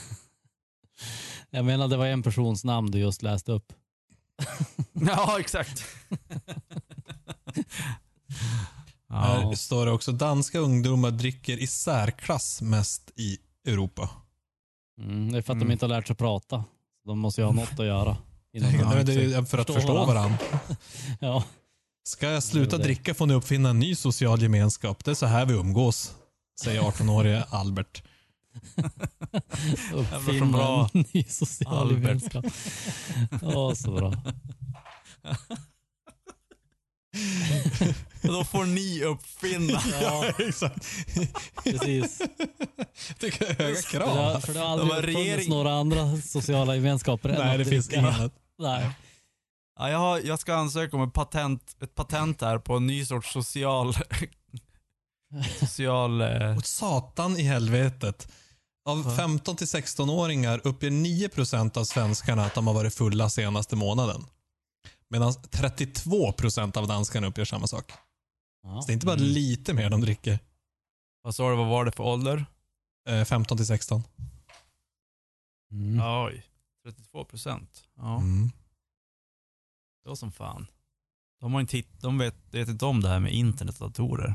Jag menar det var en persons namn du just läste upp. Ja, exakt. Här Ja. står det också, danska ungdomar dricker i särklass mest i Europa. Mm, det är för att Mm. de inte har lärt sig prata. De måste ju ha något att göra. Innan de Ja, men det lär sig är för att förstå förstå varandra. varandra. Ja. Ska jag sluta Det är det. dricka får ni uppfinna en ny social gemenskap. Det är så här vi umgås, säger arton-årige Albert. Uppfinna bra. en ny social Albert. gemenskap. Åh, så bra. Då får ni uppfinna. Ja, Exakt. precis. Tycker jag är höga För det, har- krav. för det har De aldrig har funnits regering- några andra sociala gemenskaper än Nej, att det finns dricka. inget annat. Nej. Ja, jag, har, jag ska ansöka om ett patent, ett patent här på en ny sorts social... social... Eh, Åt satan i helvetet. Av femton till sexton-åringar uppger nio procent av svenskarna att de har varit fulla senaste månaden. Medan trettiotvå procent av danskarna uppger samma sak. Ja. Så det är inte bara lite mer de dricker. Vad sa du, vad var det för ålder? Eh, femton till sexton. Mm. Oj, trettiotvå procent. Ja, Mm. det var som fan. De, har inte hitt, de vet, vet inte om det här med internet och datorer.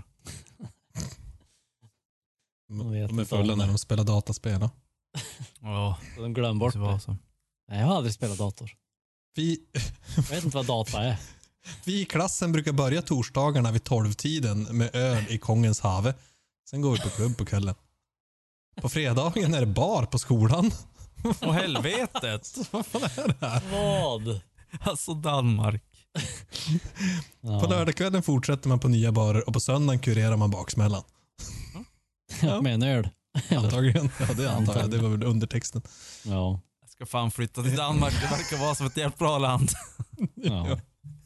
De vet De är inte fulla om när det. de spelar dataspel. Ja, Så de glömmer bort det var det. så. Nej, jag har aldrig spelat dator. Vi, Jag vet inte vad data är. vi i klassen brukar börja torsdagarna vid tolvtiden med öl i Kongens have. Sen går vi på klubb på kvällen. På fredagen är det bar på skolan. Åh helvetet! Vad fan är det här? Vad? Alltså Danmark. Ja. På lördagskvällen fortsätter man på nya barer och på söndagen kurerar man baksmällan. Ja. Med en öl. Antagligen. Ja, det antar jag. Det var väl undertexten. Ja. Jag ska fan flytta till Danmark. Det verkar vara som ett jävla bra land. Ja.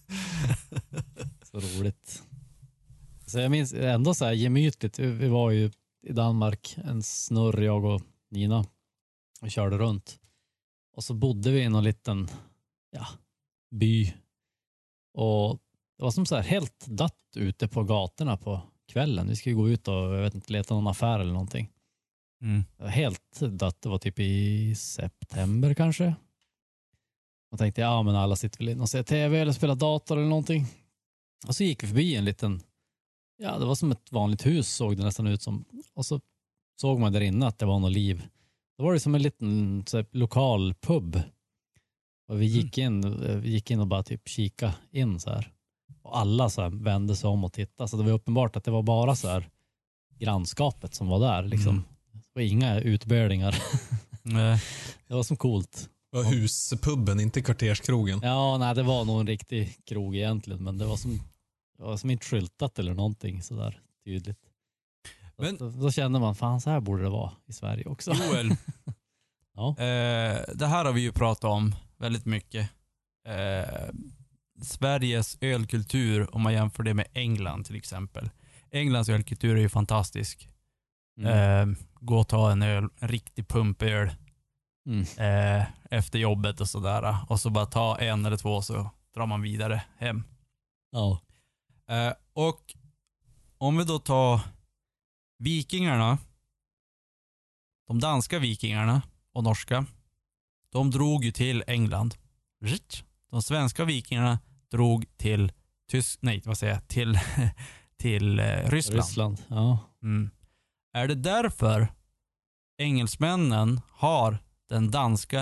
Så roligt. Så jag minns ändå så här gemytligt. Vi var ju i Danmark en snurr, jag och Nina, och körde runt. Och så bodde vi i någon liten ja, by. Och det var som så här helt dött ute på gatorna på kvällen. Vi skulle gå ut och jag vet inte, leta någon affär eller någonting. Mm. Det var helt dött. Det var typ i september kanske. Och tänkte, ja men alla sitter väl in och ser tv eller spelar dator eller någonting. Och så gick vi förbi en liten, ja det var som ett vanligt hus såg det nästan ut som. Och så såg man där inne att det var något liv. Då var det som en liten så här, lokal pub. Och vi gick in, vi gick in och bara typ kika in så här. Och alla så här vände sig om och tittade. Så det var uppenbart att det var bara så här grannskapet som var där liksom. Mm. Det var inga utbördingar. Nej. Det var som coolt. Det var huspubben, inte kvarterskrogen. Ja, nej, det var nog en riktig krog egentligen, men det var som, det var som inte skyltat eller någonting sådär tydligt. Men- Så, då, då kände man, fan så här borde det vara i Sverige också. Joel, Ja. eh, det här har vi ju pratat om väldigt mycket. Eh, Sveriges ölkultur, om man jämför det med England till exempel. Englands ölkultur är ju fantastisk. Mm. Eh, gå och ta en öl, en riktig pumpöl Mm. eh, efter jobbet och sådär. Och så bara ta en eller två så drar man vidare hem. Ja. Eh, och om vi då tar vikingarna, de danska vikingarna och norska, de drog ju till England. De svenska vikingarna drog till Tysk, nej vad säger jag, till, till eh, Ryssland. Ryssland, ja. Mm. Är det därför engelsmännen har den danska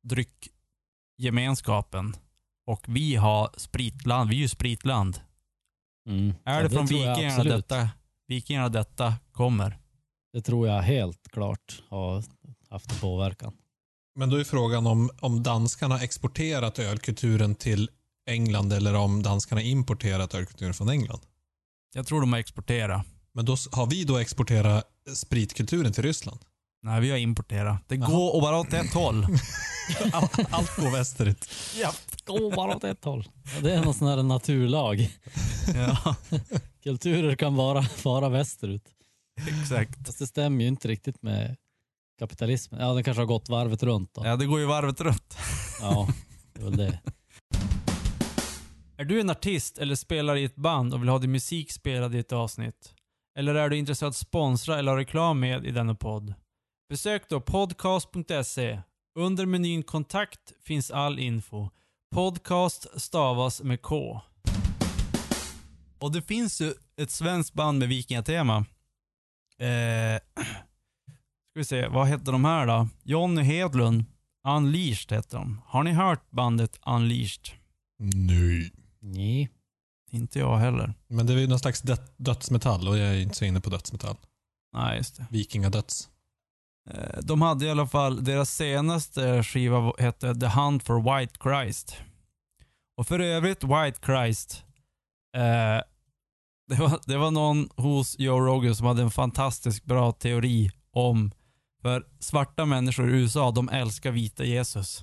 dryckgemenskapen och vi har spritland, vi är ju spritland. Mm. Är Ja, det från tror jag vikingarna absolut. detta, vikingarna detta kommer? Det tror jag helt klart har haft en påverkan. Men då är frågan om, om danskarna exporterat ölkulturen till England eller om danskarna importerat ölkulturen från England. Jag tror de har exporterat. Men då s- har vi då exporterat spritkulturen till Ryssland? Nej, vi har importerat. Det Jaha. går och bara åt ett håll. All, allt går västerut. Ja. Gå bara åt ett håll. Ja, det är någon sån här naturlag. Ja, Kulturer kan bara fara västerut. exakt. Fast det stämmer ju inte riktigt med kapitalismen. Ja, den kanske har gått varvet runt då. Ja, det går ju varvet runt. Ja, det är väl det. Är du en artist eller spelar i ett band och vill ha din musik spelad i ett avsnitt? Eller är du intresserad att sponsra eller ha reklam med i denna podd? Besök då podcast punkt se. Under menyn kontakt finns all info. Podcast stavas med K. Och det finns ju ett svenskt band med vikingatema. Eh, ska vi se, vad heter de här då? Johnny Hedlund. Unleashed heter de. Har ni hört bandet Unleashed? Nej. Nej. Inte jag heller. Men det är ju någon slags dö- dödsmetall och jag är inte så inne på dödsmetall. Nej, just det. Vikingadöds. Eh, De hade i alla fall, deras senaste skiva hette The Hunt for White Christ. Och för övrigt White Christ, eh, det, var, det var någon hos Joe Rogan som hade en fantastiskt bra teori om, för svarta människor i U S A, de älskar vita Jesus.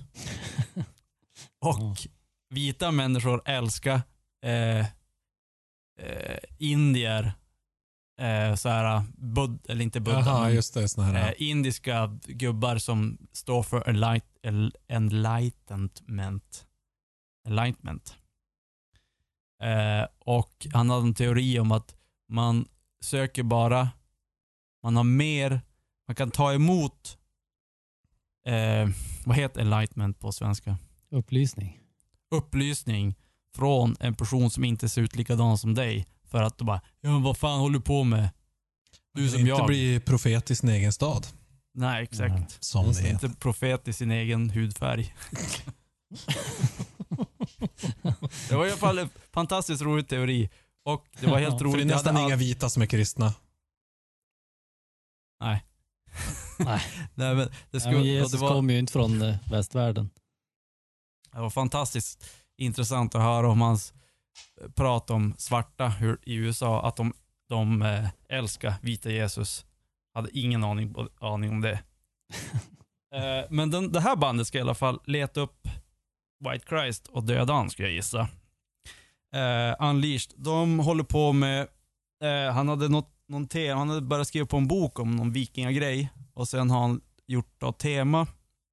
Och Ja. vita människor älskar eh, eh, indier, eh, så här, bud, eller inte buddha, Jaha, men, just det. Såna här. eh, indiska gubbar som står för enlight, el- enlightenment. Enlightenment. Eh, och han hade en teori om att man söker bara, man har mer, man kan ta emot, eh, vad heter enlightenment på svenska? Upplysning. Upplysning från en person som inte ser ut likadan som dig. För att du bara, ja men vad fan håller du på med? Du som inte jag. bli profet i sin egen stad. Nej, exakt. Nej. Som Just det inte heter. profet i sin egen hudfärg. Det var i alla fall en fantastiskt rolig teori. Och det var helt För För roligt. det är Jag nästan hade inga all- vita som är kristna. Nej. Nej. Nej, men det, Nej, skulle, men och Jesus det, var, kom ju inte från eh, västvärlden. det var fantastiskt intressant att höra om hans prat om svarta hur, i U S A. Att de, de eh, älskar vita Jesus. Hade ingen aning, aning om det. eh, men den, det här bandet ska i alla fall leta upp White Christ och döda han, ska jag gissa. Eh, Unleashed, de håller på med, eh, han hade något, någon tema, han hade börjat skriva på en bok om någon vikingagrej och sen har han gjort då tema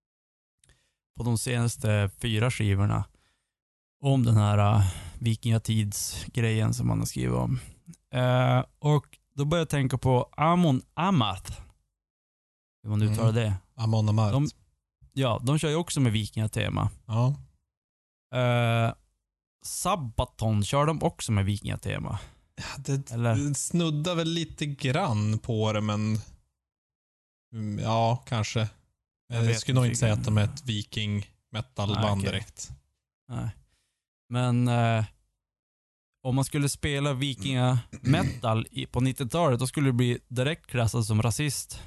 på de senaste fyra skivorna om den här uh, vikingatidsgrejen som han har skrivit om. Eh, och då började jag tänka på Amon Amarth. Hur man uttalar det. Amon Amarth. De, ja, de kör ju också med vikingatema. Ja. Eh, Sabaton kör de också med vikingatema. Det, Eller? det snuddar väl lite grann på det, men mm, ja, kanske. Jag Jag, vet skulle nog inte inte säga riktigt. att de är ett viking metalband Nej, okej. direkt. Nej. Men eh, om man skulle spela vikinga metal i, på nittiotalet, då skulle det bli direkt klassad som rasist.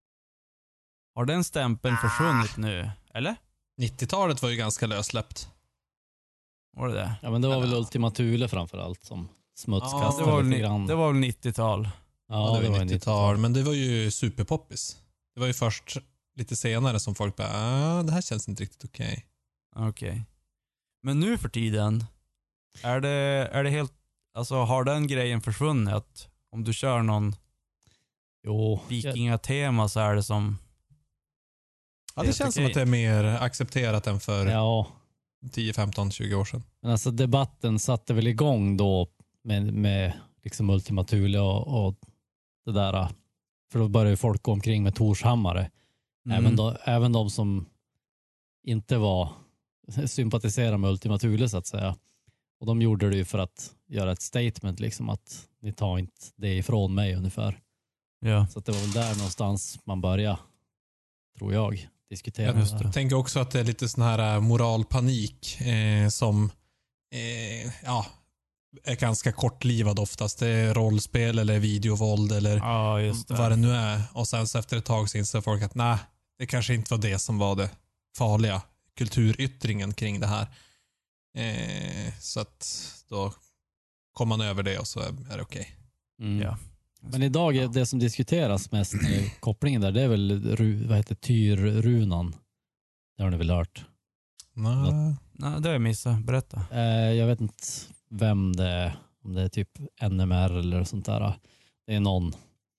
Har den stämpeln försvunnit nu? Eller? nittiotalet var ju ganska lössläppt. Var det det? Ja, men det var väl Ja. Ultima Thule framförallt som Ja, smutskastade det var väl, lite ni- grann. det var väl nittiotal. Ja, det var ju en nittiotal, men det var ju superpoppis. Det var ju först lite senare som folk bara, ah, det här känns inte riktigt okej. Okej. Men nu för tiden, är det, är det helt, alltså har den grejen försvunnit? Att om du kör någon Jo, vikingatema så är det som, Ja, Det det är känns som okej. att det är mer accepterat än för ja, tio, femton, tjugo år sedan. men alltså debatten satte väl igång då med, med liksom Ultima Thule och, och det där. För då började ju folk gå omkring med Torshammare. mm, Även, då, även de som inte var sympatiserade med Ultima Thule så att säga. Och de gjorde det ju för att göra ett statement liksom att ni tar inte det ifrån mig ungefär. ja. Så att det var väl där någonstans man började, tror jag, diskutera. Just det det. där. Jag tänker också att det är lite sån här äh, moralpanik eh, som eh, ja, är ganska kortlivad oftast. Det är rollspel eller videovåld eller Ja, just det. vad det nu är. Och sen så efter ett tag så inser folk att nej, det kanske inte var det som var det farliga kulturyttringen kring det här. Eh, så att då kommer man över det och så är, är det okej. Mm. Ja. Men idag är det som diskuteras mest, eh, kopplingen där, det är väl ru, vad heter Tyrrunan. Det har ni väl hört? Nej. Nej, det har jag missat. Berätta. Eh, jag vet inte vem det är, om det är typ N M R eller sånt där. Det är någon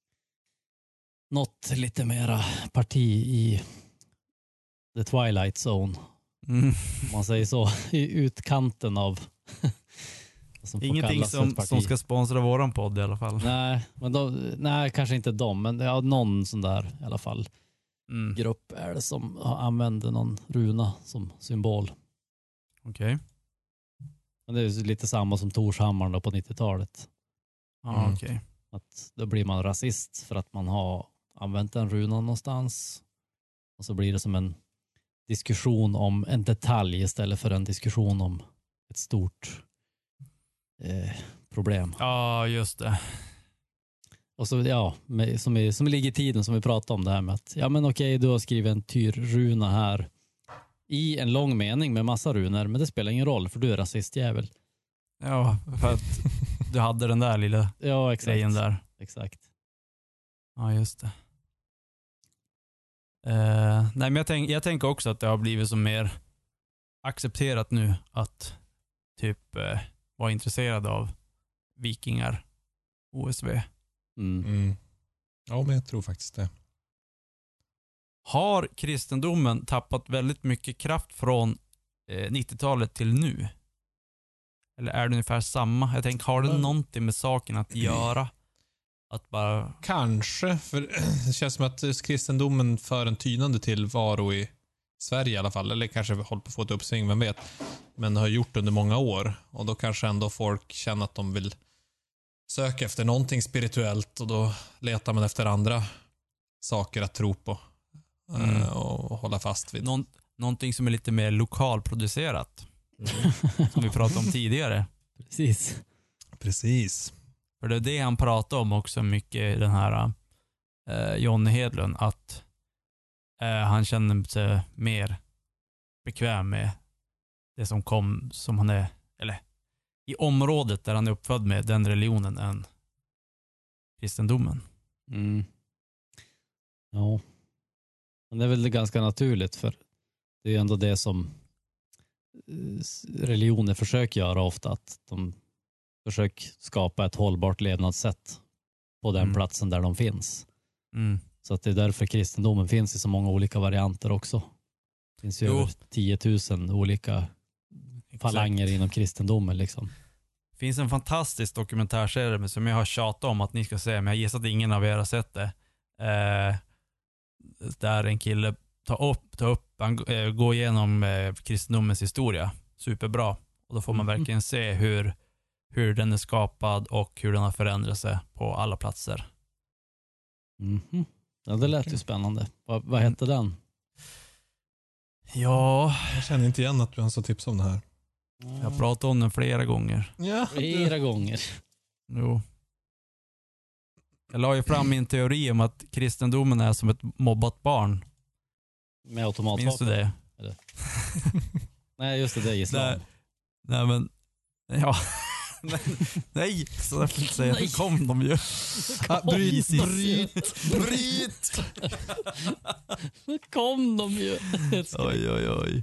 något lite mera parti i the Twilight Zone, Mm. om man säger så, i utkanten av vad som får Ingenting kallas som, ett parti. som ska sponsra våran podd i alla fall. Nej, men då, nej, kanske inte de, men ja, någon sån där i alla fall Mm. grupp är det som har använder någon runa som symbol. Okej. Men det är ju lite samma som Torshammaren då på nittiotalet. Ja, Mm. okej. Att då blir man rasist för att man har använt en runa någonstans. Och så blir det som en diskussion om en detalj istället för en diskussion om ett stort eh, problem. Ja, just det. Och så ja, med, som, är, som ligger i tiden som vi pratade om det här med att ja men okej, du har skrivit en tyrruna här i en lång mening med massa runor, men det spelar ingen roll för du är rasistjävel. Ja, för att du hade den där lilla Ja, exakt. grejen där. Exakt. Ja, just det. Eh, nej, men jag, tänk, jag tänker också att det har blivit som mer accepterat nu att typ eh, vara intresserad av vikingar, O S V. Mm. Mm. Ja, men jag tror faktiskt det. Har kristendomen tappat väldigt mycket kraft från eh, nittiotalet till nu? Eller är det ungefär samma? Jag tänker, har det Men- någonting med saken att göra? Att bara... Kanske, för det känns som att kristendomen för en tynande tillvaro i Sverige i alla fall. Eller kanske håller på att få ett uppsving, vem vet. Men har gjort under många år. Och då kanske ändå folk känner att de vill söka efter någonting spirituellt. Och då letar man efter andra saker att tro på. Mm. eh, Och hålla fast vid. Någon, någonting som är lite mer lokalproducerat. Som vi pratade om tidigare. Precis. Precis. För det är det han pratar om också mycket, den här eh, Johnny Hedlund, att eh, han känner sig mer bekväm med det som kom, som han är, eller i området där han är uppfödd med den religionen än kristendomen. Mm. Ja. Men det är väl ganska naturligt, för det är ju ändå det som eh, religioner försöker göra ofta, att de försöker skapa ett hållbart levnadssätt på den Mm. platsen där de finns. Mm. Så att det är därför kristendomen finns i så många olika varianter också. Det finns ju Jo. över tio tusen olika falanger inom kristendomen liksom. Det finns en fantastisk dokumentärserie som jag har tjatat om att ni ska se, men jag gissar att ingen av er har sett det. Eh, där en kille tar upp, tar upp han eh, går igenom eh, kristendomens historia. Superbra. Och då får man Mhm. verkligen se hur, hur den är skapad och hur den har förändrat sig på alla platser. Mhm. Ja, det lät ju spännande. Vad, vad hette den? Ja, Jag känner inte igen att du ens har tips om det här. jag har pratat om den flera gånger. Ja, Flera gånger. Jo. Jag la ju fram min teori om att kristendomen är som ett mobbat barn. Med automatvapen. Minns du det? Nej, just det, det är islam. Nej, nej men, ja. nej, nej, så därför inte säga, Nej. nu kom de ju. Ah, bryt, Jesus. bryt, bryt! Nu kom de ju. Oj, oj, oj.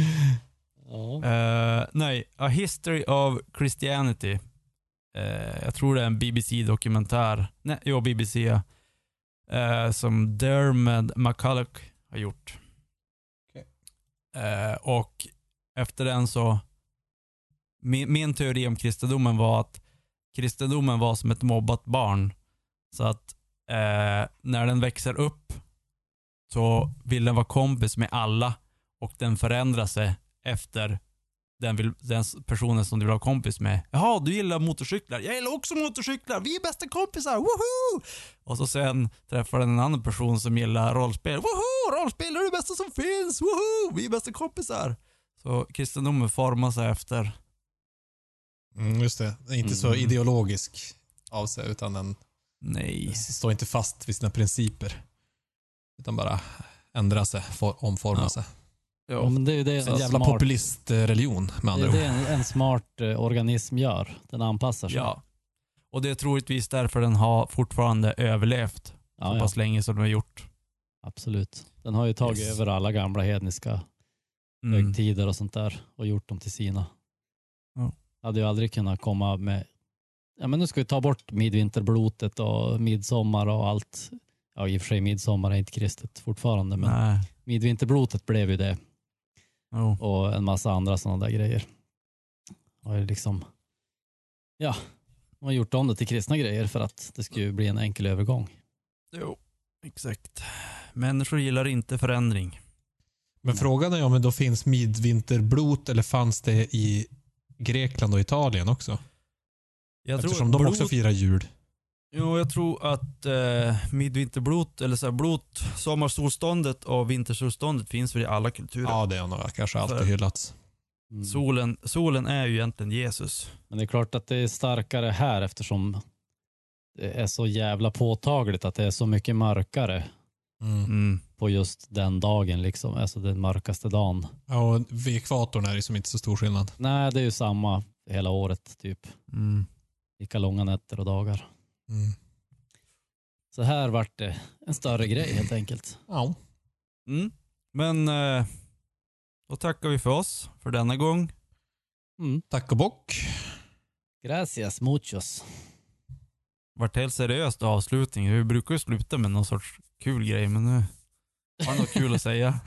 Ja. Uh, nej, A History of Christianity. Uh, jag tror det är en B B C-dokumentär. Nej, jo, B B C. Uh, som Dermot McCulloch har gjort. Okej. Uh, och efter den så... Min, min teori om kristendomen var att kristendomen var som ett mobbat barn. Så att uh, när den växer upp så vill den vara kompis med alla och den förändrar sig efter den, vill, den personen som du vill ha kompis med. Jaha, du gillar motorcyklar. Jag gillar också motorcyklar. Vi är bästa kompisar. Woho! Och så sen träffar den en annan person som gillar rollspel. Woho! Rollspel är det bästa som finns. Woho! Vi är bästa kompisar. Så kristendomen formar sig efter. Mm, just det. Det är inte så Mm. ideologisk av sig, utan den Nej. står inte fast vid sina principer. Utan bara ändra sig, for, omforma Ja. sig. Ja, men det är ju det En en jävla smart, populistreligion med det andra är ord. det en, en smart eh, organism gör. Den anpassar sig. Ja. Och det är troligtvis därför den har fortfarande överlevt ja, så ja. pass länge som den har gjort. Absolut. Den har ju tagit Yes. över alla gamla hedniska Mm. högtider och sånt där och gjort dem till sina. Ja. Hade ju aldrig kunnat komma med, ja men nu ska vi ta bort midvinterblotet och midsommar och allt. Ja, i och för sig midsommar är inte kristet fortfarande, men Nej. midvinterblotet blev ju det Jo. och en massa andra sådana där grejer. Och det liksom, ja, de har gjort om det till kristna grejer för att det ska ju bli en enkel övergång. Jo, exakt. Människor gillar inte förändring. Men frågan är om det då finns midvinterblot eller fanns det i Grekland och Italien också? Jag Eftersom de blot, också firar jul. Jo, jag tror att eh, midvinterblot, eller så här, blot, sommarsolståndet och vintersolståndet finns väl i alla kulturer. Ja, det har nog kanske alltid För- hyllats. Mm. Solen, solen är ju egentligen Jesus. Men det är klart att det är starkare här eftersom det är så jävla påtagligt att det är så mycket mörkare Mm. Mm. på just den dagen liksom, alltså den mörkaste dagen. Ja, och vid ekvatorn är det som inte så stor skillnad. Nej, det är ju samma hela året typ. Mm. Lika långa nätter och dagar. Mm. Så här vart det en större grej helt enkelt. Ja. Mm. Men eh, då tackar vi för oss för denna gång. Mm. Tack och bock. Gracias muchos. Vart helt seriöst avslutning. Vi brukar ju sluta med någon sorts kul grej, men nu har jag något kul att säga.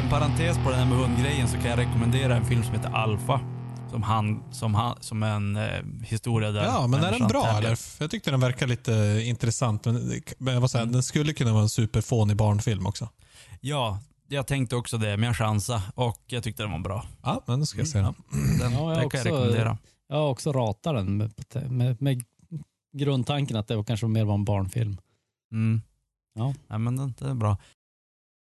en parentes på den här med hundgrejen så kan jag rekommendera en film som heter Alpha. Som, han, som, han, som en eh, historia där. Ja, men är den bra tävlar. eller? För jag tyckte den verkar lite intressant. Men, men jag var säga, den skulle kunna vara en superfånig barnfilm också. Ja, jag tänkte också det, men jag chansade och jag tyckte den var bra. Ja, men då ska jag se den. Den, Ja, jag den också- kan jag rekommendera. Jag har också ratat den med, med, med grundtanken att det var kanske mer var en barnfilm. Mm. Ja. Ja, men den, den är bra.